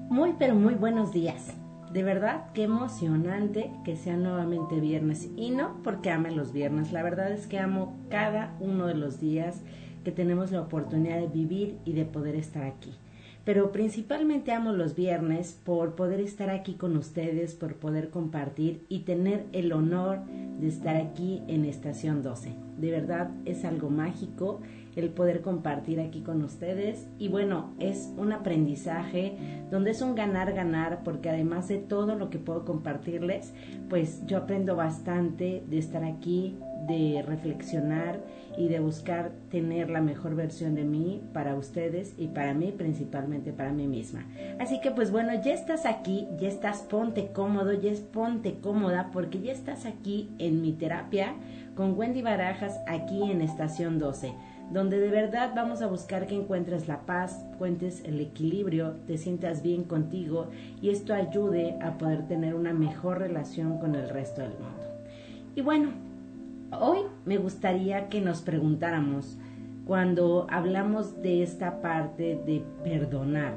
Muy pero muy buenos días. De verdad, qué emocionante que sea nuevamente viernes. Y no porque ame los viernes, la verdad es que amo cada uno de los días que tenemos la oportunidad de vivir y de poder estar aquí. Pero principalmente amo los viernes por poder estar aquí con ustedes, por poder compartir y tener el honor de estar aquí en Estación 12. De verdad es algo mágico el poder compartir aquí con ustedes y bueno, es un aprendizaje donde es un ganar porque además de todo lo que puedo compartirles, pues yo aprendo bastante de estar aquí, de reflexionar y de buscar tener la mejor versión de mí para ustedes y para mí, principalmente para mí misma. Así que pues bueno, ya estás aquí, ya estás, ponte cómodo, ponte cómoda porque ya estás aquí en mi terapia con Wendy Barajas aquí en Estación 12, donde de verdad vamos a buscar que encuentres la paz, encuentres el equilibrio, te sientas bien contigo y esto ayude a poder tener una mejor relación con el resto del mundo. Y bueno, hoy me gustaría que nos preguntáramos, cuando hablamos de esta parte de perdonar,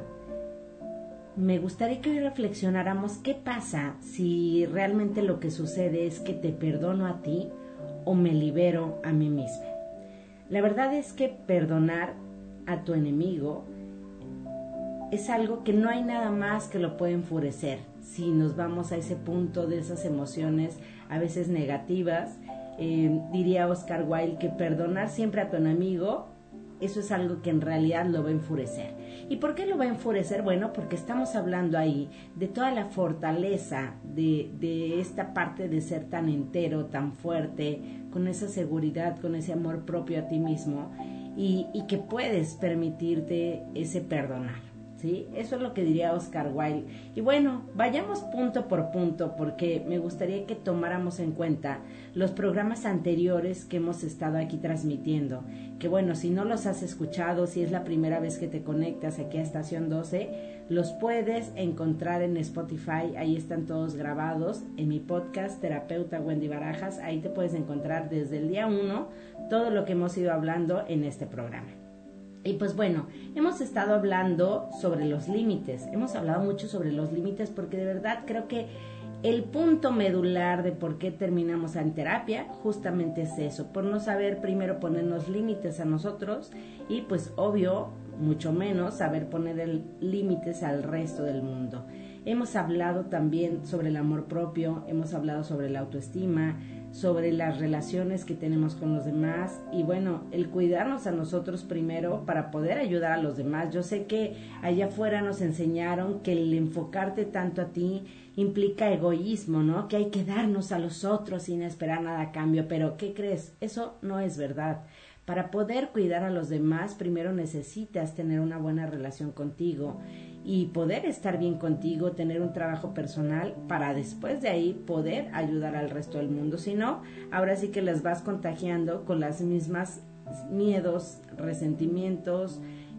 me gustaría que hoy reflexionáramos qué pasa si realmente lo que sucede es que te perdono a ti o me libero a mí misma. La verdad es que perdonar a tu enemigo es algo que no hay nada más que lo pueda enfurecer. Si nos vamos a ese punto de esas emociones a veces negativas, diría Oscar Wilde que perdonar siempre a tu enemigo, eso es algo que en realidad lo va a enfurecer. ¿Y por qué lo va a enfurecer? Bueno, porque estamos hablando ahí de toda la fortaleza de esta parte de ser tan entero, tan fuerte, con esa seguridad, con ese amor propio a ti mismo y que puedes permitirte ese perdonar. ¿Sí? Eso es lo que diría Oscar Wilde. Y bueno, vayamos punto por punto porque me gustaría que tomáramos en cuenta los programas anteriores que hemos estado aquí transmitiendo. Que bueno, si no los has escuchado, si es la primera vez que te conectas aquí a Estación 12, los puedes encontrar en Spotify, ahí están todos grabados, en mi podcast Terapeuta Wendy Barajas, ahí te puedes encontrar desde el día 1 todo lo que hemos ido hablando en este programa. Y pues bueno, hemos estado hablando sobre los límites, hemos hablado mucho sobre los límites porque de verdad creo que el punto medular de por qué terminamos en terapia justamente es eso, por no saber primero ponernos límites a nosotros y pues obvio, mucho menos saber poner límites al resto del mundo. Hemos hablado también sobre el amor propio, hemos hablado sobre la autoestima, sobre las relaciones que tenemos con los demás y bueno, el cuidarnos a nosotros primero para poder ayudar a los demás. Yo sé que allá afuera nos enseñaron que el enfocarte tanto a ti implica egoísmo, ¿no? Que hay que darnos a los otros sin esperar nada a cambio, pero ¿qué crees? Eso no es verdad. Para poder cuidar a los demás, primero necesitas tener una buena relación contigo y poder estar bien contigo, tener un trabajo personal para después de ahí poder ayudar al resto del mundo. Si no, ahora sí que les vas contagiando con las mismas miedos, resentimientos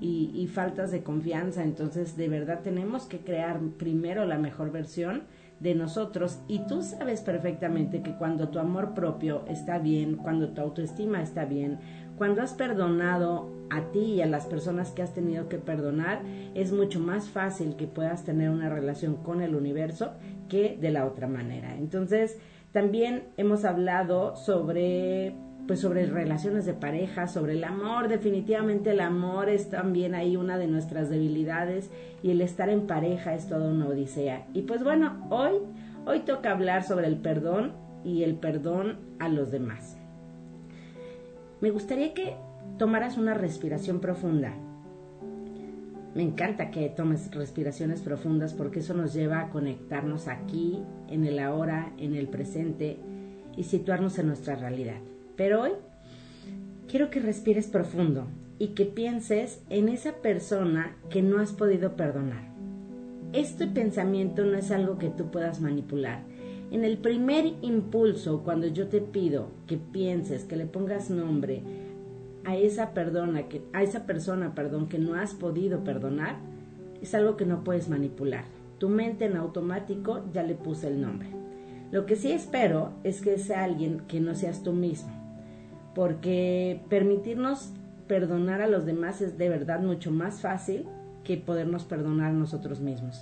y faltas de confianza. Entonces, de verdad tenemos que crear primero la mejor versión de nosotros y tú sabes perfectamente que cuando tu amor propio está bien, cuando tu autoestima está bien, cuando has perdonado a ti y a las personas que has tenido que perdonar, es mucho más fácil que puedas tener una relación con el universo que de la otra manera. Entonces, también hemos hablado sobre relaciones de pareja, sobre el amor. Definitivamente el amor es también ahí una de nuestras debilidades y el estar en pareja es toda una odisea. Y pues bueno, hoy toca hablar sobre el perdón y el perdón a los demás. Me gustaría que tomaras una respiración profunda. Me encanta que tomes respiraciones profundas porque eso nos lleva a conectarnos aquí, en el ahora, en el presente y situarnos en nuestra realidad. Pero hoy quiero que respires profundo y que pienses en esa persona que no has podido perdonar. Este pensamiento no es algo que tú puedas manipular. En el primer impulso, cuando yo te pido que pienses, que le pongas nombre a esa persona que no has podido perdonar, es algo que no puedes manipular. Tu mente en automático ya le puse el nombre. Lo que sí espero es que sea alguien que no seas tú mismo, porque permitirnos perdonar a los demás es de verdad mucho más fácil que podernos perdonar a nosotros mismos.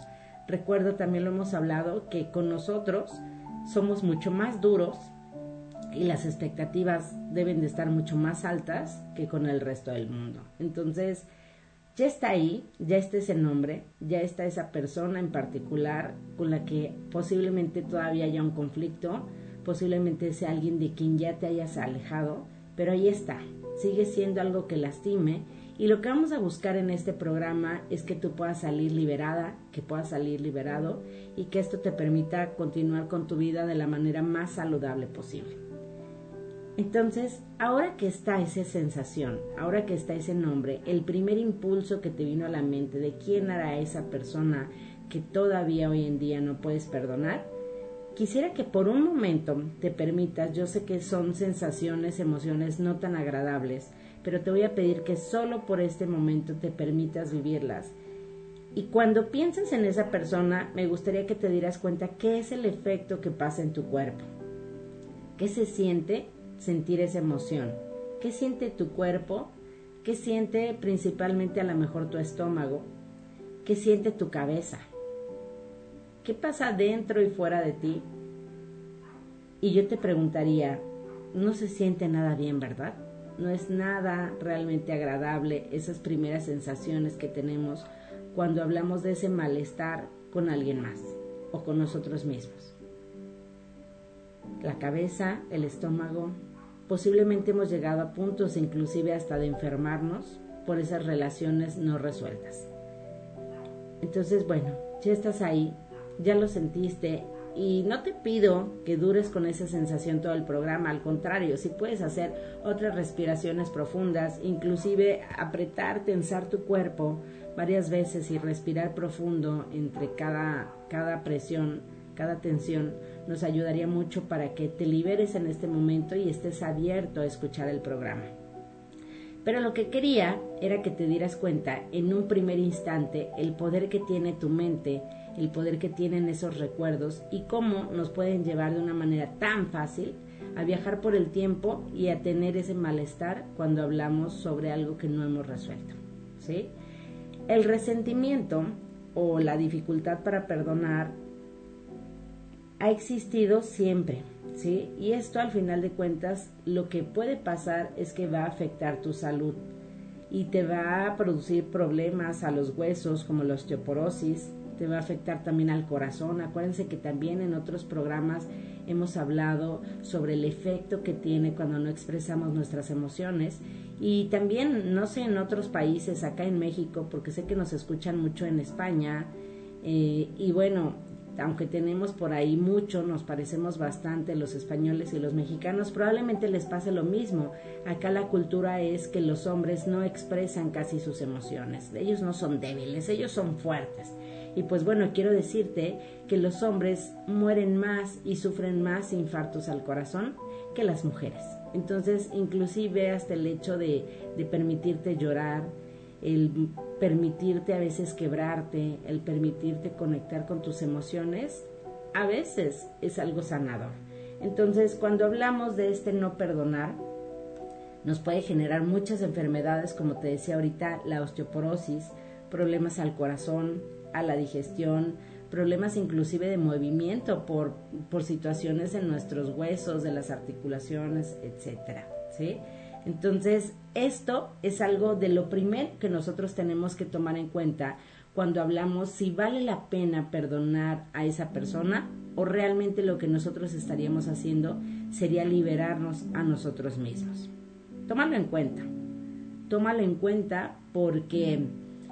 Recuerdo, también lo hemos hablado, que con nosotros somos mucho más duros y las expectativas deben de estar mucho más altas que con el resto del mundo. Entonces, ya está ahí, ya está ese nombre, ya está esa persona en particular con la que posiblemente todavía haya un conflicto, posiblemente sea alguien de quien ya te hayas alejado, pero ahí está, sigue siendo algo que lastime, y lo que vamos a buscar en este programa es que tú puedas salir liberada, que puedas salir liberado, y que esto te permita continuar con tu vida de la manera más saludable posible. Entonces, ahora que está esa sensación, ahora que está ese nombre, el primer impulso que te vino a la mente de quién era esa persona que todavía hoy en día no puedes perdonar, quisiera que por un momento te permitas, yo sé que son sensaciones, emociones no tan agradables, pero te voy a pedir que solo por este momento te permitas vivirlas. Y cuando piensas en esa persona, me gustaría que te dieras cuenta qué es el efecto que pasa en tu cuerpo. ¿Qué se siente sentir esa emoción? ¿Qué siente tu cuerpo? ¿Qué siente principalmente a lo mejor tu estómago? ¿Qué siente tu cabeza? ¿Qué pasa dentro y fuera de ti? Y yo te preguntaría, no se siente nada bien, ¿verdad? No es nada realmente agradable esas primeras sensaciones que tenemos cuando hablamos de ese malestar con alguien más o con nosotros mismos. La cabeza, el estómago, posiblemente hemos llegado a puntos inclusive hasta de enfermarnos por esas relaciones no resueltas. Entonces, bueno, ya estás ahí, ya lo sentiste, y no te pido que dures con esa sensación todo el programa, al contrario, si puedes hacer otras respiraciones profundas, inclusive apretar, tensar tu cuerpo varias veces y respirar profundo entre cada presión, cada tensión, nos ayudaría mucho para que te liberes en este momento y estés abierto a escuchar el programa. Pero lo que quería era que te dieras cuenta en un primer instante el poder que tiene tu mente, el poder que tienen esos recuerdos y cómo nos pueden llevar de una manera tan fácil a viajar por el tiempo y a tener ese malestar cuando hablamos sobre algo que no hemos resuelto, ¿sí? El resentimiento o la dificultad para perdonar ha existido siempre, ¿sí? Y esto, al final de cuentas, lo que puede pasar es que va a afectar tu salud y te va a producir problemas a los huesos como la osteoporosis, te va a afectar también al corazón. Acuérdense que también en otros programas hemos hablado sobre el efecto que tiene cuando no expresamos nuestras emociones, y también, no sé, en otros países, acá en México, porque sé que nos escuchan mucho en España, y bueno, aunque tenemos por ahí mucho, nos parecemos bastante los españoles y los mexicanos, probablemente les pase lo mismo. Acá la cultura es que los hombres no expresan casi sus emociones, ellos no son débiles, ellos son fuertes. Y pues bueno, quiero decirte que los hombres mueren más y sufren más infartos al corazón que las mujeres. Entonces, inclusive hasta el hecho de permitirte llorar, el permitirte a veces quebrarte, el permitirte conectar con tus emociones, a veces es algo sanador. Entonces, cuando hablamos de este no perdonar, nos puede generar muchas enfermedades, como te decía ahorita, la osteoporosis, problemas al corazón, a la digestión, problemas inclusive de movimiento por situaciones en nuestros huesos, de las articulaciones, etcétera, ¿sí? Entonces, esto es algo de lo primero que nosotros tenemos que tomar en cuenta cuando hablamos si vale la pena perdonar a esa persona o realmente lo que nosotros estaríamos haciendo sería liberarnos a nosotros mismos. Tómalo en cuenta porque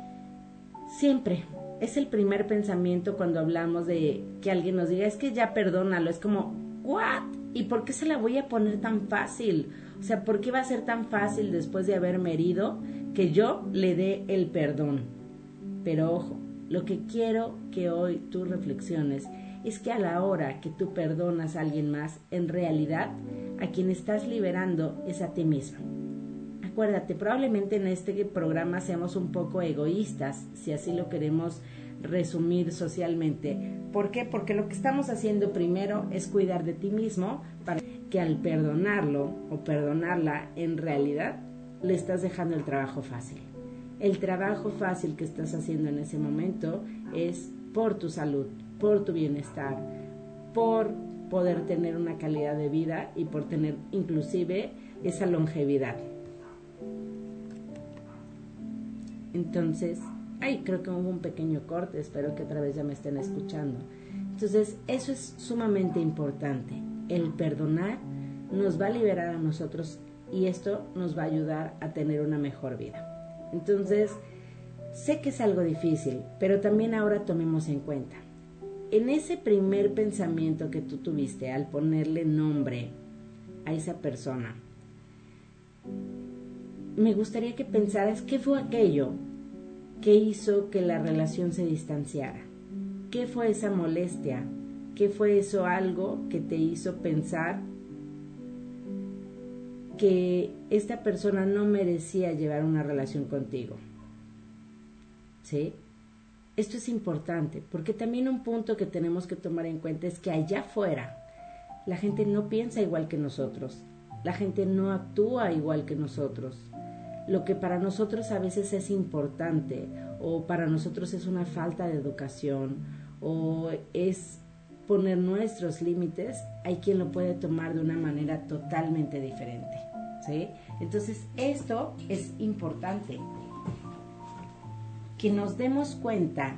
siempre es el primer pensamiento cuando hablamos de que alguien nos diga, es que ya perdónalo, es como, ¿what? ¿Y por qué se la voy a poner tan fácil? O sea, ¿por qué va a ser tan fácil después de haberme herido que yo le dé el perdón? Pero ojo, lo que quiero que hoy tú reflexiones es que a la hora que tú perdonas a alguien más, en realidad a quien estás liberando es a ti mismo. Acuérdate, probablemente en este programa seamos un poco egoístas, si así lo queremos resumir socialmente. ¿Por qué? Porque lo que estamos haciendo primero es cuidar de ti mismo, para que al perdonarlo o perdonarla, en realidad le estás dejando el trabajo fácil. El trabajo fácil que estás haciendo en ese momento es por tu salud, por tu bienestar, por poder tener una calidad de vida y por tener inclusive esa longevidad. Entonces, creo que hubo un pequeño corte, espero que otra vez ya me estén escuchando. Entonces, eso es sumamente importante. El perdonar nos va a liberar a nosotros y esto nos va a ayudar a tener una mejor vida. Entonces, sé que es algo difícil, pero también ahora tomemos en cuenta. En ese primer pensamiento que tú tuviste al ponerle nombre a esa persona, me gustaría que pensaras qué fue aquello que hizo que la relación se distanciara. ¿Qué fue esa molestia? ¿Qué fue eso algo que te hizo pensar que esta persona no merecía llevar una relación contigo? ¿Sí? Esto es importante, porque también un punto que tenemos que tomar en cuenta es que allá afuera la gente no piensa igual que nosotros, la gente no actúa igual que nosotros. Lo que para nosotros a veces es importante o para nosotros es una falta de educación o es poner nuestros límites, hay quien lo puede tomar de una manera totalmente diferente, ¿sí? Entonces esto es importante, que nos demos cuenta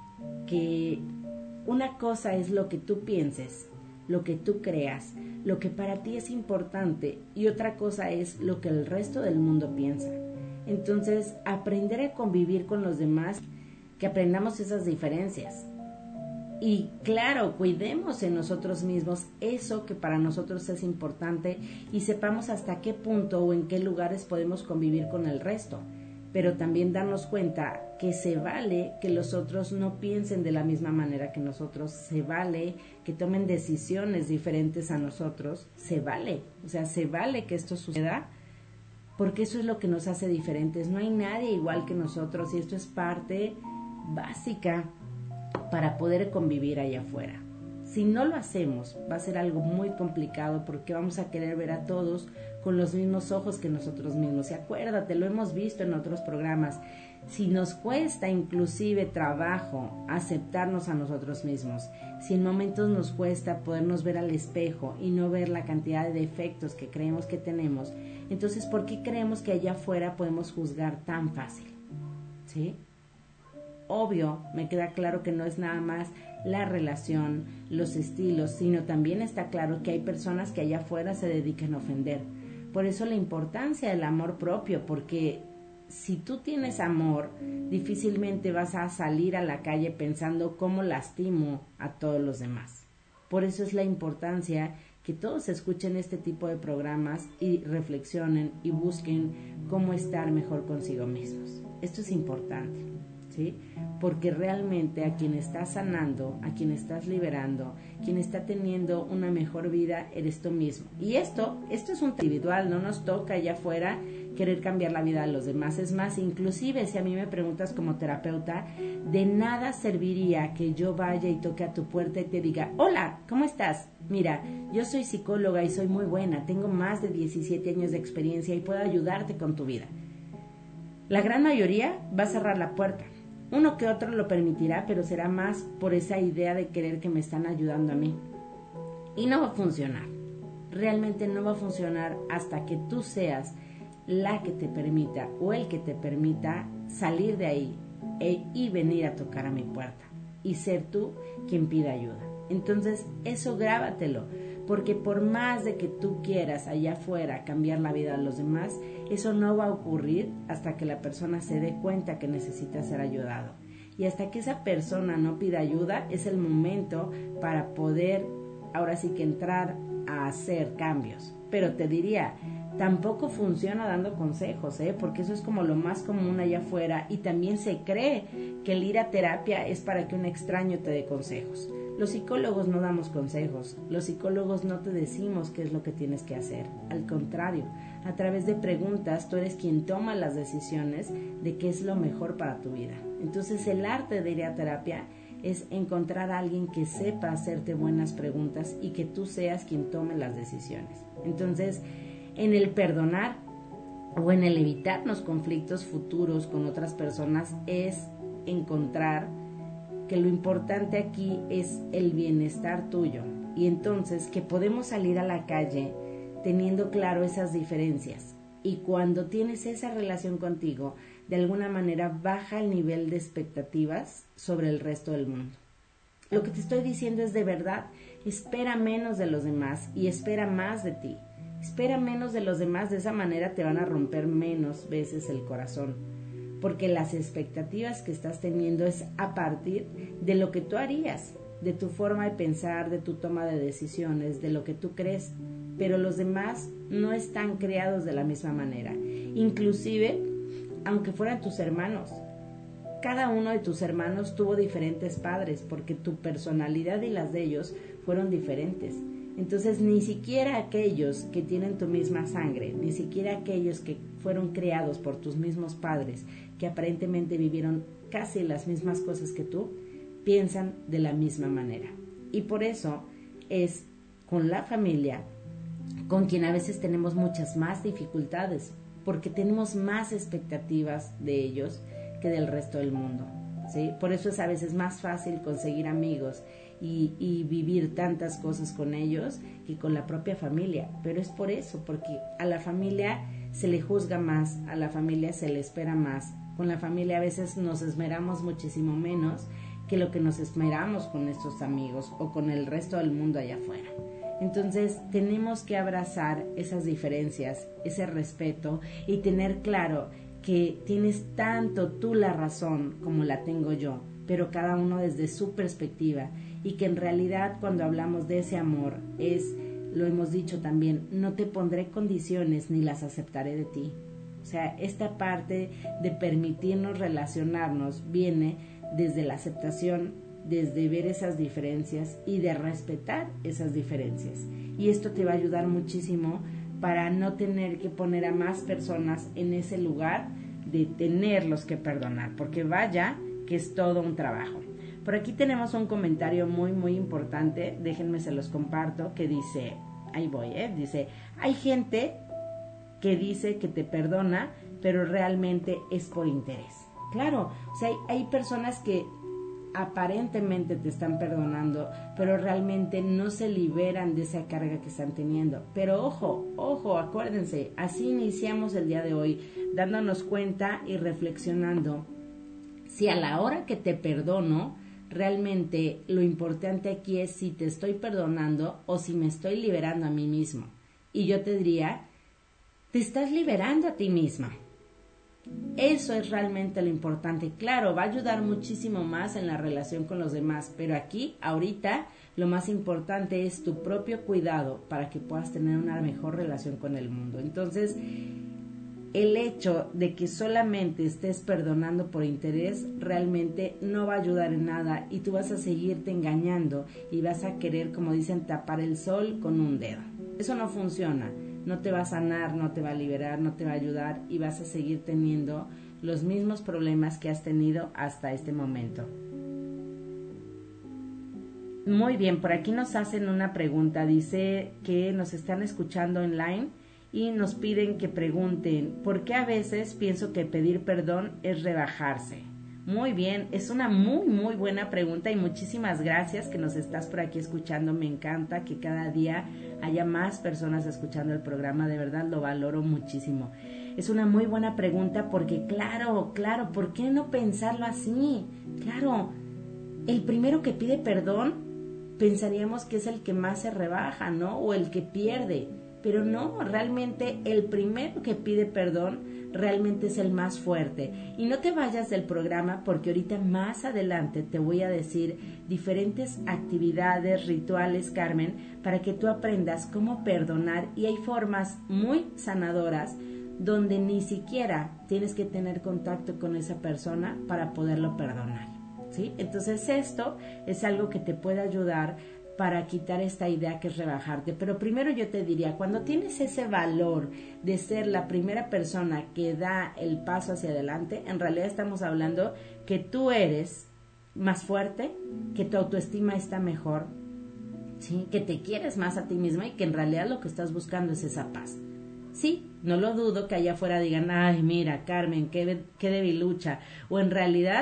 que una cosa es lo que tú pienses, lo que tú creas, lo que para ti es importante y otra cosa es lo que el resto del mundo piensa. Entonces, aprender a convivir con los demás, que aprendamos esas diferencias. Y claro, cuidemos en nosotros mismos eso que para nosotros es importante y sepamos hasta qué punto o en qué lugares podemos convivir con el resto. Pero también darnos cuenta que se vale que los otros no piensen de la misma manera que nosotros, se vale que tomen decisiones diferentes a nosotros, se vale, o sea, se vale que esto suceda, porque eso es lo que nos hace diferentes. No hay nadie igual que nosotros y esto es parte básica para poder convivir allá afuera. Si no lo hacemos, va a ser algo muy complicado porque vamos a querer ver a todos con los mismos ojos que nosotros mismos. Y acuérdate, lo hemos visto en otros programas, si nos cuesta inclusive trabajo aceptarnos a nosotros mismos, si en momentos nos cuesta podernos ver al espejo y no ver la cantidad de defectos que creemos que tenemos, entonces ¿por qué creemos que allá afuera podemos juzgar tan fácil? ¿Sí? Obvio, me queda claro que no es nada más la relación, los estilos, sino también está claro que hay personas que allá afuera se dedican a ofender. Por eso la importancia del amor propio, porque si tú tienes amor, difícilmente vas a salir a la calle pensando cómo lastimo a todos los demás. Por eso es la importancia que todos escuchen este tipo de programas y reflexionen y busquen cómo estar mejor consigo mismos. Esto es importante, ¿sí? Porque realmente a quien estás sanando, a quien estás liberando, quien está teniendo una mejor vida, eres tú mismo. Y esto es un tema individual, no nos toca allá afuera querer cambiar la vida de los demás. Es más, inclusive si a mí me preguntas como terapeuta, de nada serviría que yo vaya y toque a tu puerta y te diga, hola, ¿cómo estás? Mira, yo soy psicóloga y soy muy buena, tengo más de 17 años de experiencia y puedo ayudarte con tu vida. La gran mayoría va a cerrar la puerta. Uno que otro lo permitirá, pero será más por esa idea de querer que me están ayudando a mí. Y no va a funcionar. Realmente no va a funcionar hasta que tú seas la que te permita o el que te permita salir de ahí y venir a tocar a mi puerta y ser tú quien pida ayuda. Entonces, eso grábatelo, porque por más de que tú quieras allá afuera cambiar la vida de los demás, eso no va a ocurrir hasta que la persona se dé cuenta que necesita ser ayudado. Y hasta que esa persona no pida ayuda, es el momento para poder, ahora sí que entrar a hacer cambios. Pero te diría, tampoco funciona dando consejos, porque eso es como lo más común allá afuera y también se cree que el ir a terapia es para que un extraño te dé consejos. Los psicólogos no damos consejos, los psicólogos no te decimos qué es lo que tienes que hacer. Al contrario, a través de preguntas tú eres quien toma las decisiones de qué es lo mejor para tu vida. Entonces el arte de ir a terapia es encontrar a alguien que sepa hacerte buenas preguntas y que tú seas quien tome las decisiones. Entonces, en el perdonar o en el evitarnos conflictos futuros con otras personas es encontrar que lo importante aquí es el bienestar tuyo y entonces que podemos salir a la calle teniendo claro esas diferencias. Y cuando tienes esa relación contigo, de alguna manera baja el nivel de expectativas sobre el resto del mundo. Lo que te estoy diciendo es de verdad, espera menos de los demás y espera más de ti. Espera menos de los demás, de esa manera te van a romper menos veces el corazón. Porque las expectativas que estás teniendo es a partir de lo que tú harías, de tu forma de pensar, de tu toma de decisiones, de lo que tú crees. Pero los demás no están creados de la misma manera. Inclusive, aunque fueran tus hermanos, cada uno de tus hermanos tuvo diferentes padres porque tu personalidad y las de ellos fueron diferentes. Entonces, ni siquiera aquellos que tienen tu misma sangre, ni siquiera aquellos que fueron creados por tus mismos padres, que aparentemente vivieron casi las mismas cosas que tú, piensan de la misma manera. Y por eso es con la familia con quien a veces tenemos muchas más dificultades, porque tenemos más expectativas de ellos que del resto del mundo, ¿sí? Por eso es a veces más fácil conseguir amigos y vivir tantas cosas con ellos que con la propia familia, pero es por eso, porque a la familia se le juzga más, a la familia se le espera más, con la familia a veces nos esmeramos muchísimo menos que lo que nos esmeramos con nuestros amigos o con el resto del mundo allá afuera. Entonces tenemos que abrazar esas diferencias, ese respeto y tener claro que tienes tanto tú la razón como la tengo yo, pero cada uno desde su perspectiva y que en realidad cuando hablamos de ese amor es, lo hemos dicho también, no te pondré condiciones ni las aceptaré de ti. O sea, esta parte de permitirnos relacionarnos viene desde la aceptación, desde ver esas diferencias y de respetar esas diferencias. Y esto te va a ayudar muchísimo para no tener que poner a más personas en ese lugar de tenerlos que perdonar, porque vaya que es todo un trabajo. Por aquí tenemos un comentario muy muy importante, déjenme se los comparto, que dice, ahí voy, dice, hay gente que dice que te perdona, pero realmente es por interés. Claro, o sea, hay personas que aparentemente te están perdonando, pero realmente no se liberan de esa carga que están teniendo. Pero ojo, acuérdense, así iniciamos el día de hoy, dándonos cuenta y reflexionando si a la hora que te perdono, realmente lo importante aquí es si te estoy perdonando o si me estoy liberando a mí mismo. Y yo te diría, te estás liberando a ti misma. Eso es realmente lo importante. Claro, va a ayudar muchísimo más en la relación con los demás, pero aquí, ahorita, lo más importante es tu propio cuidado para que puedas tener una mejor relación con el mundo. Entonces, el hecho de que solamente estés perdonando por interés realmente no va a ayudar en nada y tú vas a seguirte engañando y vas a querer, como dicen, tapar el sol con un dedo. Eso no funciona. No te va a sanar, no te va a liberar, no te va a ayudar y vas a seguir teniendo los mismos problemas que has tenido hasta este momento. Muy bien, por aquí nos hacen una pregunta. Dice que nos están escuchando online y nos piden que pregunten, ¿por qué a veces pienso que pedir perdón es rebajarse? Muy bien, es una muy muy buena pregunta y muchísimas gracias que nos estás por aquí escuchando. Me encanta que cada día haya más personas escuchando el programa, de verdad lo valoro muchísimo. Es una muy buena pregunta porque claro, ¿por qué no pensarlo así? Claro, el primero que pide perdón pensaríamos que es el que más se rebaja, ¿no? O el que pierde, pero no, realmente el primero que pide perdón realmente es el más fuerte. Y no te vayas del programa porque ahorita más adelante te voy a decir diferentes actividades, rituales, Carmen, para que tú aprendas cómo perdonar y hay formas muy sanadoras donde ni siquiera tienes que tener contacto con esa persona para poderlo perdonar, ¿sí? Entonces esto es algo que te puede ayudar para quitar esta idea que es rebajarte. Pero primero yo te diría, cuando tienes ese valor de ser la primera persona que da el paso hacia adelante, en realidad estamos hablando que tú eres más fuerte, que tu autoestima está mejor, ¿sí? Que te quieres más a ti misma y que en realidad lo que estás buscando es esa paz. Sí, no lo dudo que allá afuera digan, ay, mira, Carmen, qué debilucha, o en realidad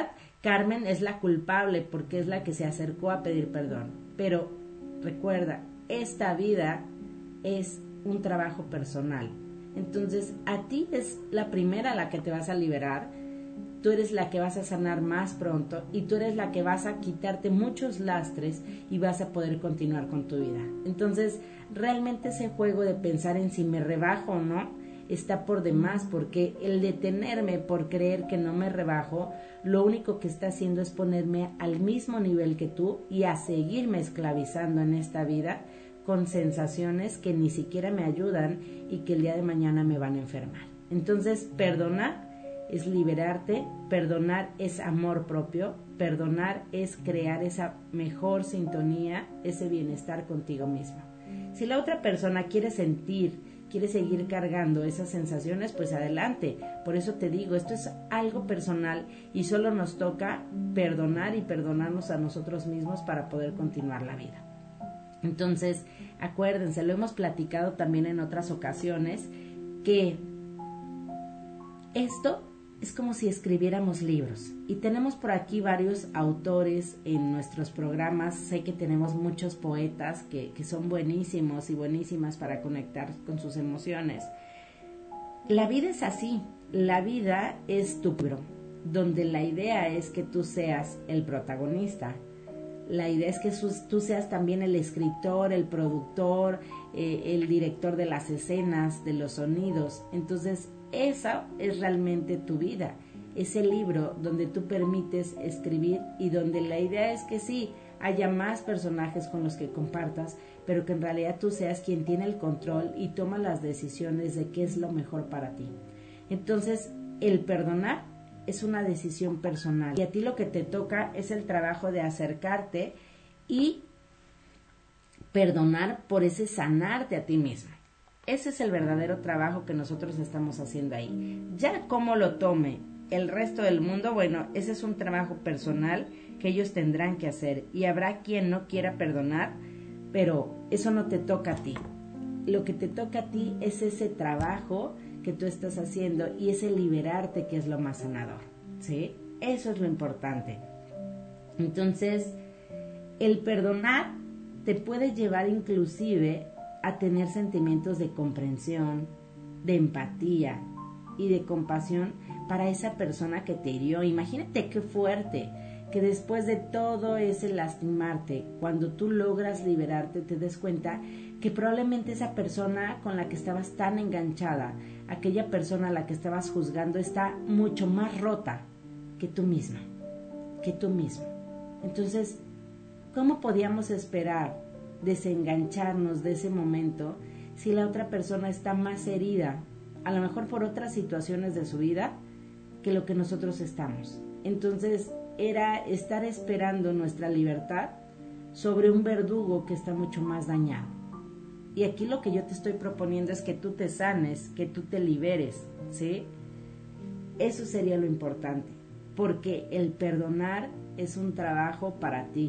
Carmen es la culpable porque es la que se acercó a pedir perdón. Pero recuerda, esta vida es un trabajo personal. Entonces, a ti es la primera a la que te vas a liberar. Tú eres la que vas a sanar más pronto y tú eres la que vas a quitarte muchos lastres y vas a poder continuar con tu vida. Entonces, realmente ese juego de pensar en si me rebajo o no está por demás, porque el detenerme por creer que no me rebajo, lo único que está haciendo es ponerme al mismo nivel que tú y a seguirme esclavizando en esta vida con sensaciones que ni siquiera me ayudan y que el día de mañana me van a enfermar. Entonces, perdonar es liberarte, perdonar es amor propio, perdonar es crear esa mejor sintonía, ese bienestar contigo mismo. Si la otra persona quiere seguir cargando esas sensaciones, pues adelante. Por eso te digo, esto es algo personal y solo nos toca perdonar y perdonarnos a nosotros mismos para poder continuar la vida. Entonces, acuérdense, lo hemos platicado también en otras ocasiones, que esto es como si escribiéramos libros. Y tenemos por aquí varios autores en nuestros programas. Sé que tenemos muchos poetas que son buenísimos y buenísimas para conectar con sus emociones. La vida es así. La vida es tu libro, donde la idea es que tú seas el protagonista. La idea es que tú seas también el escritor, el productor, el director de las escenas, de los sonidos. Entonces, esa es realmente tu vida. Es el libro donde tú permites escribir y donde la idea es que sí, haya más personajes con los que compartas, pero que en realidad tú seas quien tiene el control y toma las decisiones de qué es lo mejor para ti. Entonces, el perdonar es una decisión personal y a ti lo que te toca es el trabajo de acercarte y perdonar por ese sanarte a ti mismo. Ese es el verdadero trabajo que nosotros estamos haciendo ahí. Ya cómo lo tome el resto del mundo, bueno, ese es un trabajo personal que ellos tendrán que hacer y habrá quien no quiera perdonar, pero eso no te toca a ti. Lo que te toca a ti es ese trabajo que tú estás haciendo y ese liberarte, que es lo más sanador, ¿sí? Eso es lo importante. Entonces, el perdonar te puede llevar inclusive a tener sentimientos de comprensión, de empatía y de compasión para esa persona que te hirió. Imagínate qué fuerte que después de todo ese lastimarte, cuando tú logras liberarte, te des cuenta que probablemente esa persona con la que estabas tan enganchada, aquella persona a la que estabas juzgando, está mucho más rota que tú misma, que tú mismo. Entonces, ¿cómo podíamos esperar desengancharnos de ese momento si la otra persona está más herida, a lo mejor por otras situaciones de su vida, que lo que nosotros estamos? Entonces, era estar esperando nuestra libertad sobre un verdugo que está mucho más dañado. Y aquí lo que yo te estoy proponiendo es que tú te sanes, que tú te liberes, ¿sí? Eso sería lo importante, porque el perdonar es un trabajo para ti,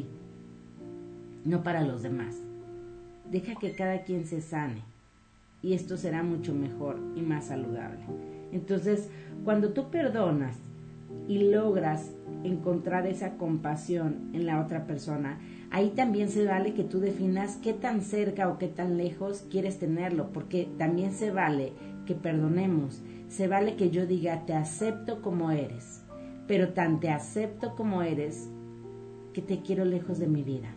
no para los demás. Deja que cada quien se sane y esto será mucho mejor y más saludable. Entonces, cuando tú perdonas y logras encontrar esa compasión en la otra persona, ahí también se vale que tú definas qué tan cerca o qué tan lejos quieres tenerlo, porque también se vale que perdonemos, se vale que yo diga te acepto como eres, pero tan te acepto como eres que te quiero lejos de mi vida.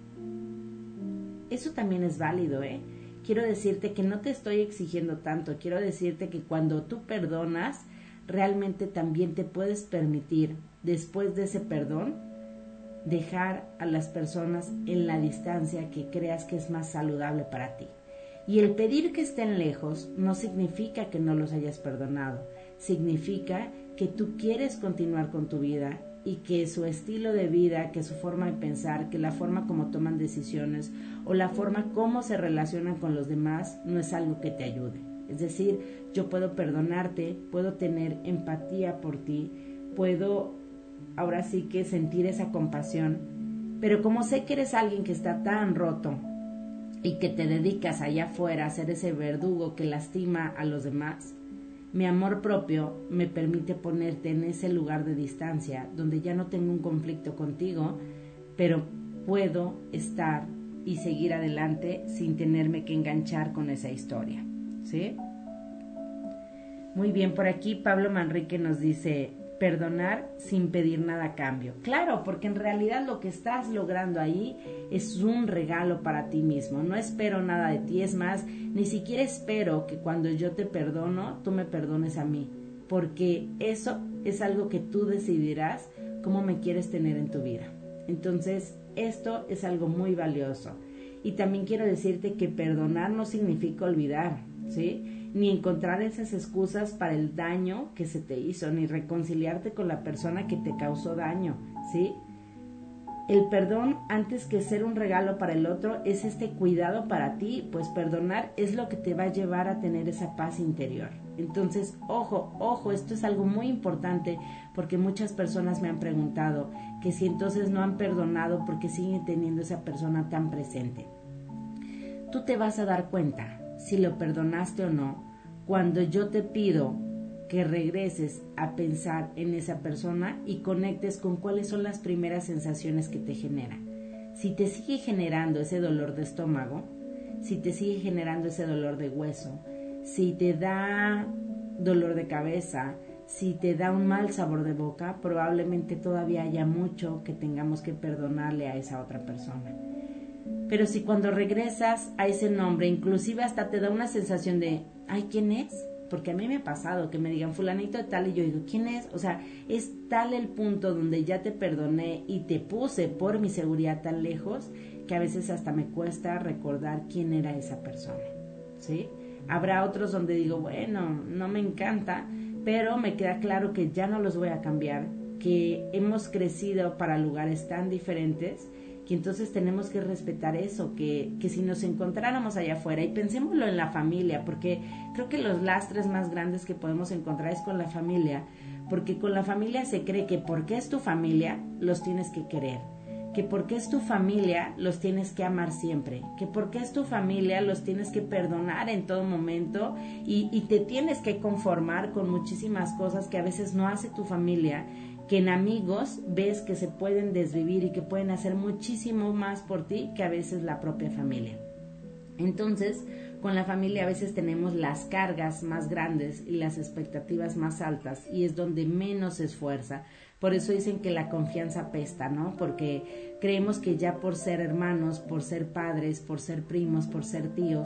Eso también es válido, ¿eh? Quiero decirte que no te estoy exigiendo tanto, quiero decirte que cuando tú perdonas, realmente también te puedes permitir, después de ese perdón, dejar a las personas en la distancia que creas que es más saludable para ti. Y el pedir que estén lejos no significa que no los hayas perdonado, significa que tú quieres continuar con tu vida y que su estilo de vida, que su forma de pensar, que la forma como toman decisiones o la forma como se relacionan con los demás no es algo que te ayude. Es decir, yo puedo perdonarte, puedo tener empatía por ti, puedo ahora sí que sentir esa compasión, pero como sé que eres alguien que está tan roto y que te dedicas allá afuera a ser ese verdugo que lastima a los demás, Mi amor propio me permite ponerte en ese lugar de distancia donde ya no tengo un conflicto contigo, pero puedo estar y seguir adelante sin tenerme que enganchar con esa historia, ¿sí? Muy bien, por aquí Pablo Manrique nos dice, perdonar sin pedir nada a cambio. Claro, porque en realidad lo que estás logrando ahí es un regalo para ti mismo. No espero nada de ti, es más, ni siquiera espero que cuando yo te perdono, tú me perdones a mí, porque eso es algo que tú decidirás cómo me quieres tener en tu vida. Entonces, esto es algo muy valioso. Y también quiero decirte que perdonar no significa olvidar, ¿sí? Ni encontrar esas excusas para el daño que se te hizo, ni reconciliarte con la persona que te causó daño, ¿sí? El perdón, antes que ser un regalo para el otro, es este cuidado para ti, pues perdonar es lo que te va a llevar a tener esa paz interior. Entonces, ojo, esto es algo muy importante porque muchas personas me han preguntado que si entonces no han perdonado porque siguen teniendo esa persona tan presente. Tú te vas a dar cuenta si lo perdonaste o no cuando yo te pido que regreses a pensar en esa persona y conectes con cuáles son las primeras sensaciones que te genera. Si te sigue generando ese dolor de estómago, si te sigue generando ese dolor de hueso, si te da dolor de cabeza, si te da un mal sabor de boca, probablemente todavía haya mucho que tengamos que perdonarle a esa otra persona. Pero si cuando regresas a ese nombre, inclusive hasta te da una sensación de, ay, ¿quién es? Porque a mí me ha pasado que me digan fulanito de tal y yo digo, ¿quién es? O sea, es tal el punto donde ya te perdoné y te puse por mi seguridad tan lejos que a veces hasta me cuesta recordar quién era esa persona, ¿sí? Habrá otros donde digo, bueno, no me encanta, pero me queda claro que ya no los voy a cambiar, que hemos crecido para lugares tan diferentes que entonces tenemos que respetar eso, que si nos encontráramos allá afuera, y pensémoslo en la familia, porque creo que los lastres más grandes que podemos encontrar es con la familia, porque con la familia se cree que porque es tu familia, los tienes que querer, que porque es tu familia, los tienes que amar siempre, que porque es tu familia, los tienes que perdonar en todo momento y te tienes que conformar con muchísimas cosas que a veces no hace tu familia, que en amigos ves que se pueden desvivir y que pueden hacer muchísimo más por ti que a veces la propia familia. Entonces, con la familia a veces tenemos las cargas más grandes y las expectativas más altas y es donde menos se esfuerza. Por eso dicen que la confianza apesta, ¿no? Porque creemos que ya por ser hermanos, por ser padres, por ser primos, por ser tíos,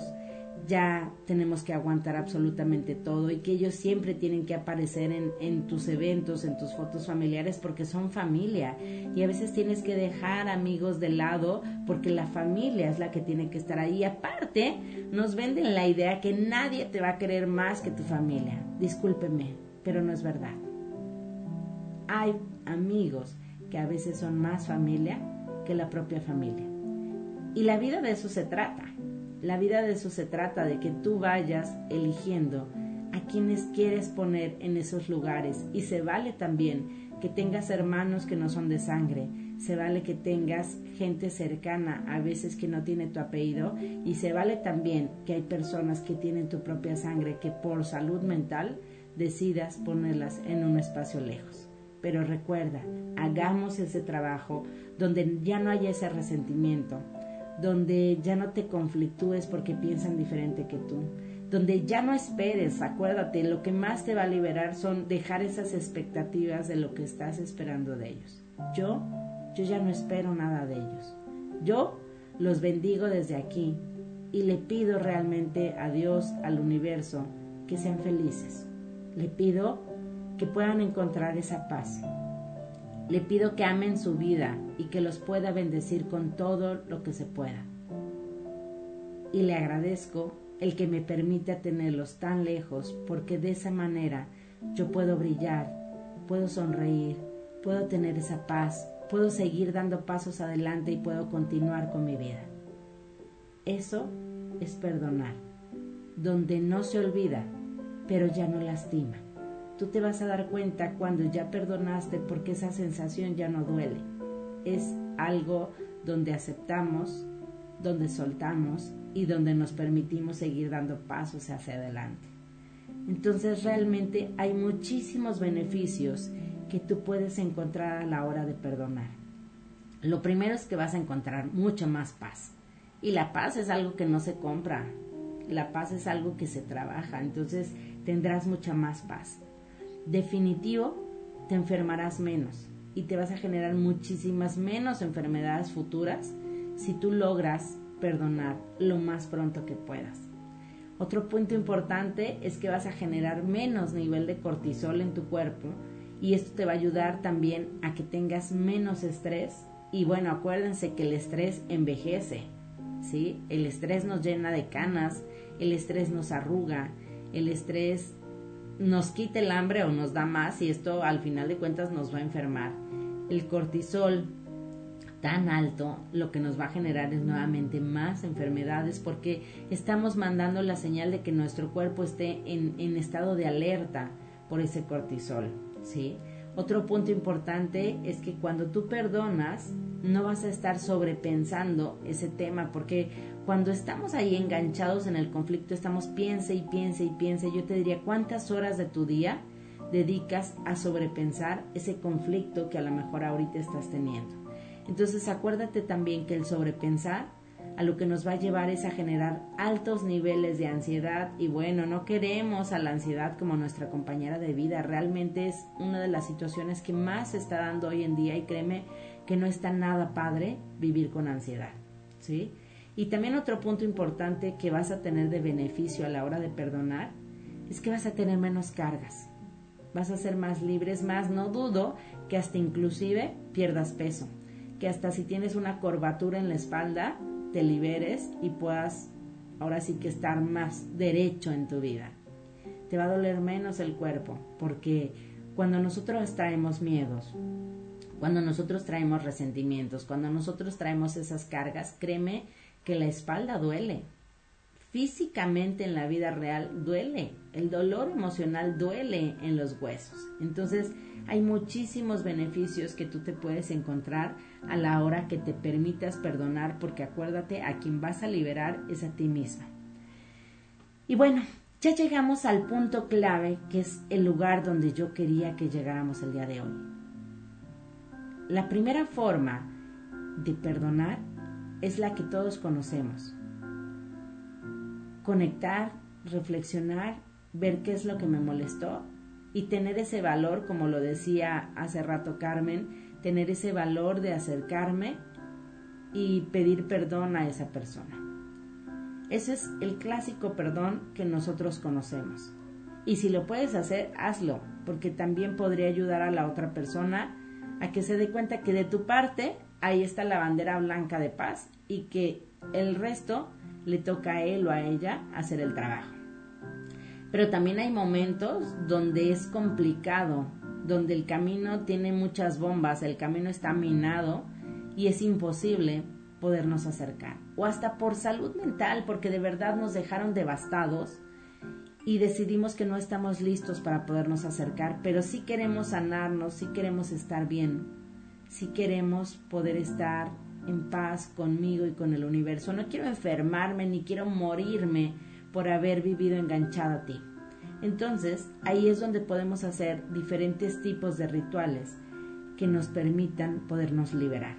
ya tenemos que aguantar absolutamente todo y que ellos siempre tienen que aparecer en tus eventos, en tus fotos familiares porque son familia y a veces tienes que dejar amigos de lado porque la familia es la que tiene que estar ahí. Aparte, nos venden la idea que nadie te va a querer más que tu familia. Discúlpeme, pero no es verdad. Hay amigos que a veces son más familia que la propia familia. Y la vida de eso se trata. La vida de eso se trata, de que tú vayas eligiendo a quienes quieres poner en esos lugares. Y se vale también que tengas hermanos que no son de sangre. Se vale que tengas gente cercana, a veces que no tiene tu apellido. Y se vale también que hay personas que tienen tu propia sangre, que por salud mental decidas ponerlas en un espacio lejos. Pero recuerda, hagamos ese trabajo donde ya no haya ese resentimiento, donde ya no te conflictúes porque piensan diferente que tú, donde ya no esperes. Acuérdate, lo que más te va a liberar son dejar esas expectativas de lo que estás esperando de ellos. Yo ya no espero nada de ellos. Yo los bendigo desde aquí y le pido realmente a Dios, al universo, que sean felices. Le pido que puedan encontrar esa paz. Le pido que amen su vida y que los pueda bendecir con todo lo que se pueda. Y le agradezco el que me permita tenerlos tan lejos, porque de esa manera yo puedo brillar, puedo sonreír, puedo tener esa paz, puedo seguir dando pasos adelante y puedo continuar con mi vida. Eso es perdonar, donde no se olvida, pero ya no lastima. Tú te vas a dar cuenta cuando ya perdonaste porque esa sensación ya no duele. Es algo donde aceptamos, donde soltamos y donde nos permitimos seguir dando pasos hacia adelante. Entonces realmente hay muchísimos beneficios que tú puedes encontrar a la hora de perdonar. Lo primero es que vas a encontrar mucha más paz. Y la paz es algo que no se compra. La paz es algo que se trabaja. Entonces tendrás mucha más paz. Definitivo, te enfermarás menos. Y te vas a generar muchísimas menos enfermedades futuras si tú logras perdonar lo más pronto que puedas. Otro punto importante es que vas a generar menos nivel de cortisol en tu cuerpo y esto te va a ayudar también a que tengas menos estrés. Y bueno, acuérdense que el estrés envejece, ¿sí? El estrés nos llena de canas, el estrés nos arruga, el estrés nos quita el hambre o nos da más y esto al final de cuentas nos va a enfermar. El cortisol tan alto lo que nos va a generar es nuevamente más enfermedades porque estamos mandando la señal de que nuestro cuerpo esté en estado de alerta por ese cortisol, ¿sí? Otro punto importante es que cuando tú perdonas no vas a estar sobrepensando ese tema porque cuando estamos ahí enganchados en el conflicto estamos piense y piense y piense. Yo te diría, ¿cuántas horas de tu día dedicas a sobrepensar ese conflicto que a lo mejor ahorita estás teniendo? Entonces acuérdate también que el sobrepensar a lo que nos va a llevar es a generar altos niveles de ansiedad y bueno, no queremos a la ansiedad como nuestra compañera de vida. Realmente es una de las situaciones que más se está dando hoy en día y créeme que no está nada padre vivir con ansiedad, ¿sí? Y también otro punto importante que vas a tener de beneficio a la hora de perdonar es que vas a tener menos cargas, vas a ser más libres, más no dudo que hasta inclusive pierdas peso, que hasta si tienes una curvatura en la espalda te liberes y puedas ahora sí que estar más derecho en tu vida. Te va a doler menos el cuerpo porque cuando nosotros traemos miedos, cuando nosotros traemos resentimientos, cuando nosotros traemos esas cargas, créeme que la espalda duele. Físicamente en la vida real duele. El dolor emocional duele en los huesos. Entonces hay muchísimos beneficios que tú te puedes encontrar a la hora que te permitas perdonar porque acuérdate, a quien vas a liberar es a ti misma. Y bueno, ya llegamos al punto clave que es el lugar donde yo quería que llegáramos el día de hoy. La primera forma de perdonar es la que todos conocemos. Conectar, reflexionar, ver qué es lo que me molestó y tener ese valor, como lo decía hace rato Carmen, tener ese valor de acercarme y pedir perdón a esa persona. Ese es el clásico perdón que nosotros conocemos. Y si lo puedes hacer, hazlo, porque también podría ayudar a la otra persona a que se dé cuenta que de tu parte ahí está la bandera blanca de paz y que el resto le toca a él o a ella hacer el trabajo. Pero también hay momentos donde es complicado, donde el camino tiene muchas bombas, el camino está minado y es imposible podernos acercar. O hasta por salud mental, porque de verdad nos dejaron devastados y decidimos que no estamos listos para podernos acercar, pero sí queremos sanarnos, sí queremos estar bien, sí queremos poder estar en paz conmigo y con el universo. No quiero enfermarme ni quiero morirme por haber vivido enganchada a ti. Entonces, ahí es donde podemos hacer diferentes tipos de rituales que nos permitan podernos liberar.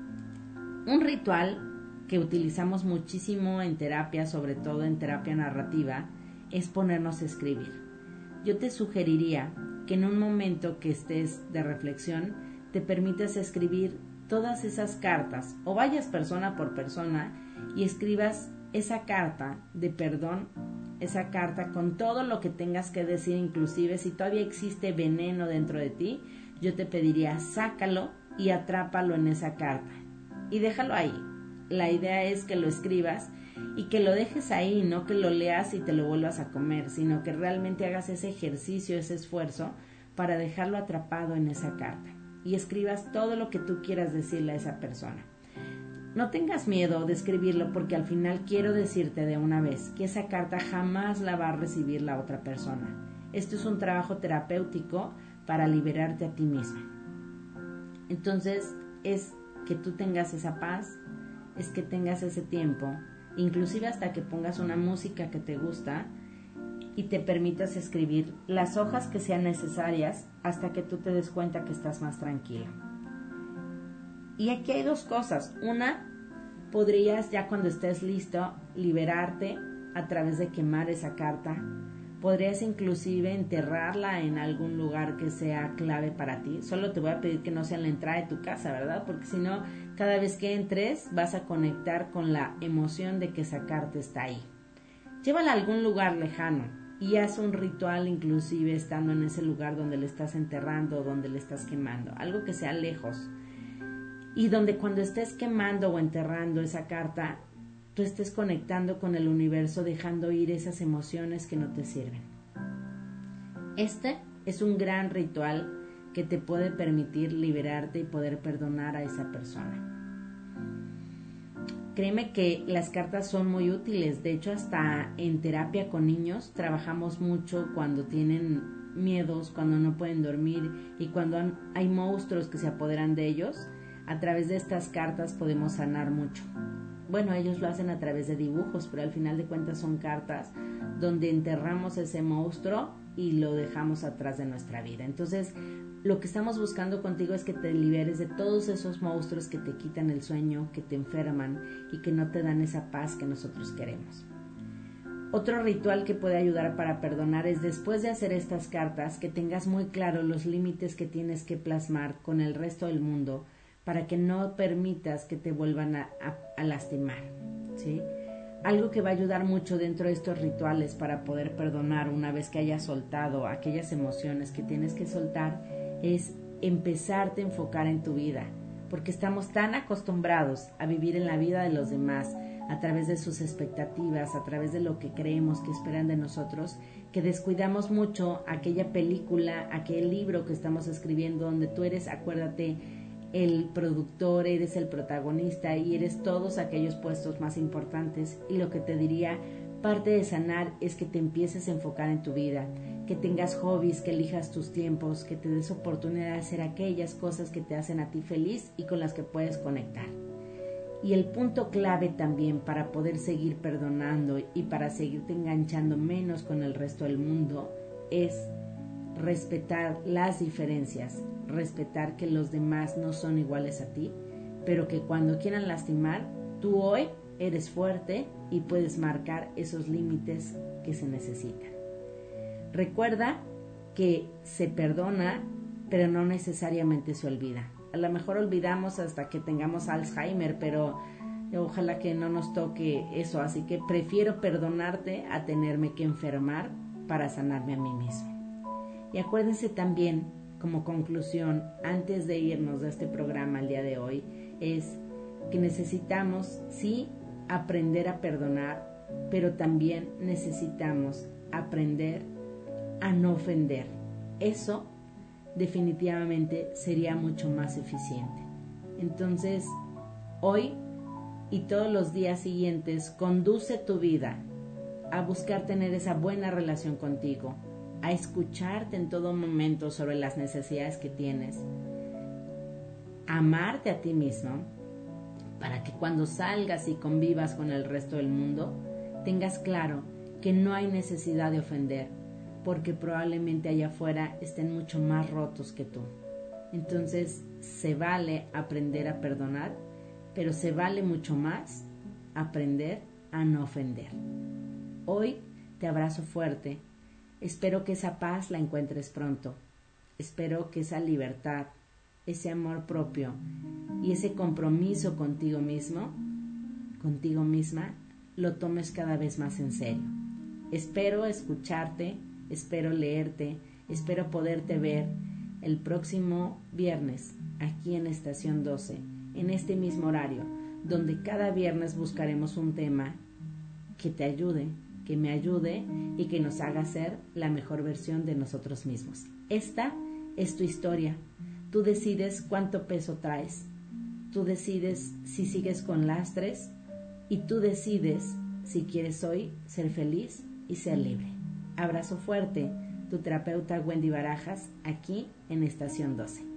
Un ritual que utilizamos muchísimo en terapia, sobre todo en terapia narrativa, es ponernos a escribir. Yo te sugeriría que en un momento que estés de reflexión, te permitas escribir todas esas cartas o vayas persona por persona y escribas esa carta de perdón, esa carta con todo lo que tengas que decir, inclusive si todavía existe veneno dentro de ti, yo te pediría sácalo y atrápalo en esa carta y déjalo ahí. La idea es que lo escribas y que lo dejes ahí, no que lo leas y te lo vuelvas a comer, sino que realmente hagas ese ejercicio, ese esfuerzo para dejarlo atrapado en esa carta y escribas todo lo que tú quieras decirle a esa persona. No tengas miedo de escribirlo porque al final quiero decirte de una vez que esa carta jamás la va a recibir la otra persona. Esto es un trabajo terapéutico para liberarte a ti misma. Entonces es que tú tengas esa paz, es que tengas ese tiempo, inclusive hasta que pongas una música que te gusta y te permitas escribir las hojas que sean necesarias hasta que tú te des cuenta que estás más tranquila. Y aquí hay dos cosas. Una, podrías ya cuando estés listo liberarte a través de quemar esa carta. Podrías inclusive enterrarla en algún lugar que sea clave para ti. Solo te voy a pedir que no sea en la entrada de tu casa, ¿verdad? Porque si no, cada vez que entres vas a conectar con la emoción de que esa carta está ahí. Llévala a algún lugar lejano y haz un ritual inclusive estando en ese lugar donde le estás enterrando o donde le estás quemando. Algo que sea lejos. Y donde cuando estés quemando o enterrando esa carta, tú estés conectando con el universo, dejando ir esas emociones que no te sirven. Este es un gran ritual que te puede permitir liberarte y poder perdonar a esa persona. Créeme que las cartas son muy útiles. De hecho, hasta en terapia con niños trabajamos mucho cuando tienen miedos, cuando no pueden dormir y cuando hay monstruos que se apoderan de ellos. A través de estas cartas podemos sanar mucho. Bueno, ellos lo hacen a través de dibujos, pero al final de cuentas son cartas donde enterramos ese monstruo y lo dejamos atrás de nuestra vida. Entonces, lo que estamos buscando contigo es que te liberes de todos esos monstruos que te quitan el sueño, que te enferman y que no te dan esa paz que nosotros queremos. Otro ritual que puede ayudar para perdonar es, después de hacer estas cartas, que tengas muy claro los límites que tienes que plasmar con el resto del mundo, para que no permitas que te vuelvan a lastimar, ¿sí? Algo que va a ayudar mucho dentro de estos rituales para poder perdonar una vez que hayas soltado aquellas emociones que tienes que soltar es empezarte a enfocar en tu vida, porque estamos tan acostumbrados a vivir en la vida de los demás a través de sus expectativas, a través de lo que creemos que esperan de nosotros, que descuidamos mucho aquella película, aquel libro que estamos escribiendo donde tú eres, acuérdate, el productor, eres el protagonista y eres todos aquellos puestos más importantes. Y lo que te diría, parte de sanar es que te empieces a enfocar en tu vida, que tengas hobbies, que elijas tus tiempos, que te des oportunidad de hacer aquellas cosas que te hacen a ti feliz y con las que puedes conectar. Y el punto clave también para poder seguir perdonando y para seguirte enganchando menos con el resto del mundo es respetar las diferencias, respetar que los demás no son iguales a ti, pero que cuando quieran lastimar, tú hoy eres fuerte y puedes marcar esos límites que se necesitan. Recuerda que se perdona, pero no necesariamente se olvida. A lo mejor olvidamos hasta que tengamos Alzheimer, pero ojalá que no nos toque eso, así que prefiero perdonarte a tenerme que enfermar para sanarme a mí mismo. Y acuérdense también, como conclusión, antes de irnos de este programa el día de hoy, es que necesitamos, sí, aprender a perdonar, pero también necesitamos aprender a no ofender. Eso definitivamente sería mucho más eficiente. Entonces, hoy y todos los días siguientes, conduce tu vida a buscar tener esa buena relación contigo, a escucharte en todo momento sobre las necesidades que tienes, a amarte a ti mismo, para que cuando salgas y convivas con el resto del mundo, tengas claro que no hay necesidad de ofender, porque probablemente allá afuera estén mucho más rotos que tú. Entonces, se vale aprender a perdonar, pero se vale mucho más aprender a no ofender. Hoy te abrazo fuerte. Espero que esa paz la encuentres pronto. Espero que esa libertad, ese amor propio y ese compromiso contigo mismo, contigo misma, lo tomes cada vez más en serio. Espero escucharte, espero leerte, espero poderte ver el próximo viernes aquí en Estación 12, en este mismo horario, donde cada viernes buscaremos un tema que te ayude, que me ayude y que nos haga ser la mejor versión de nosotros mismos. Esta es tu historia. Tú decides cuánto peso traes. Tú decides si sigues con lastres y tú decides si quieres hoy ser feliz y ser libre. Abrazo fuerte, tu terapeuta Wendy Barajas, aquí en Estación 12.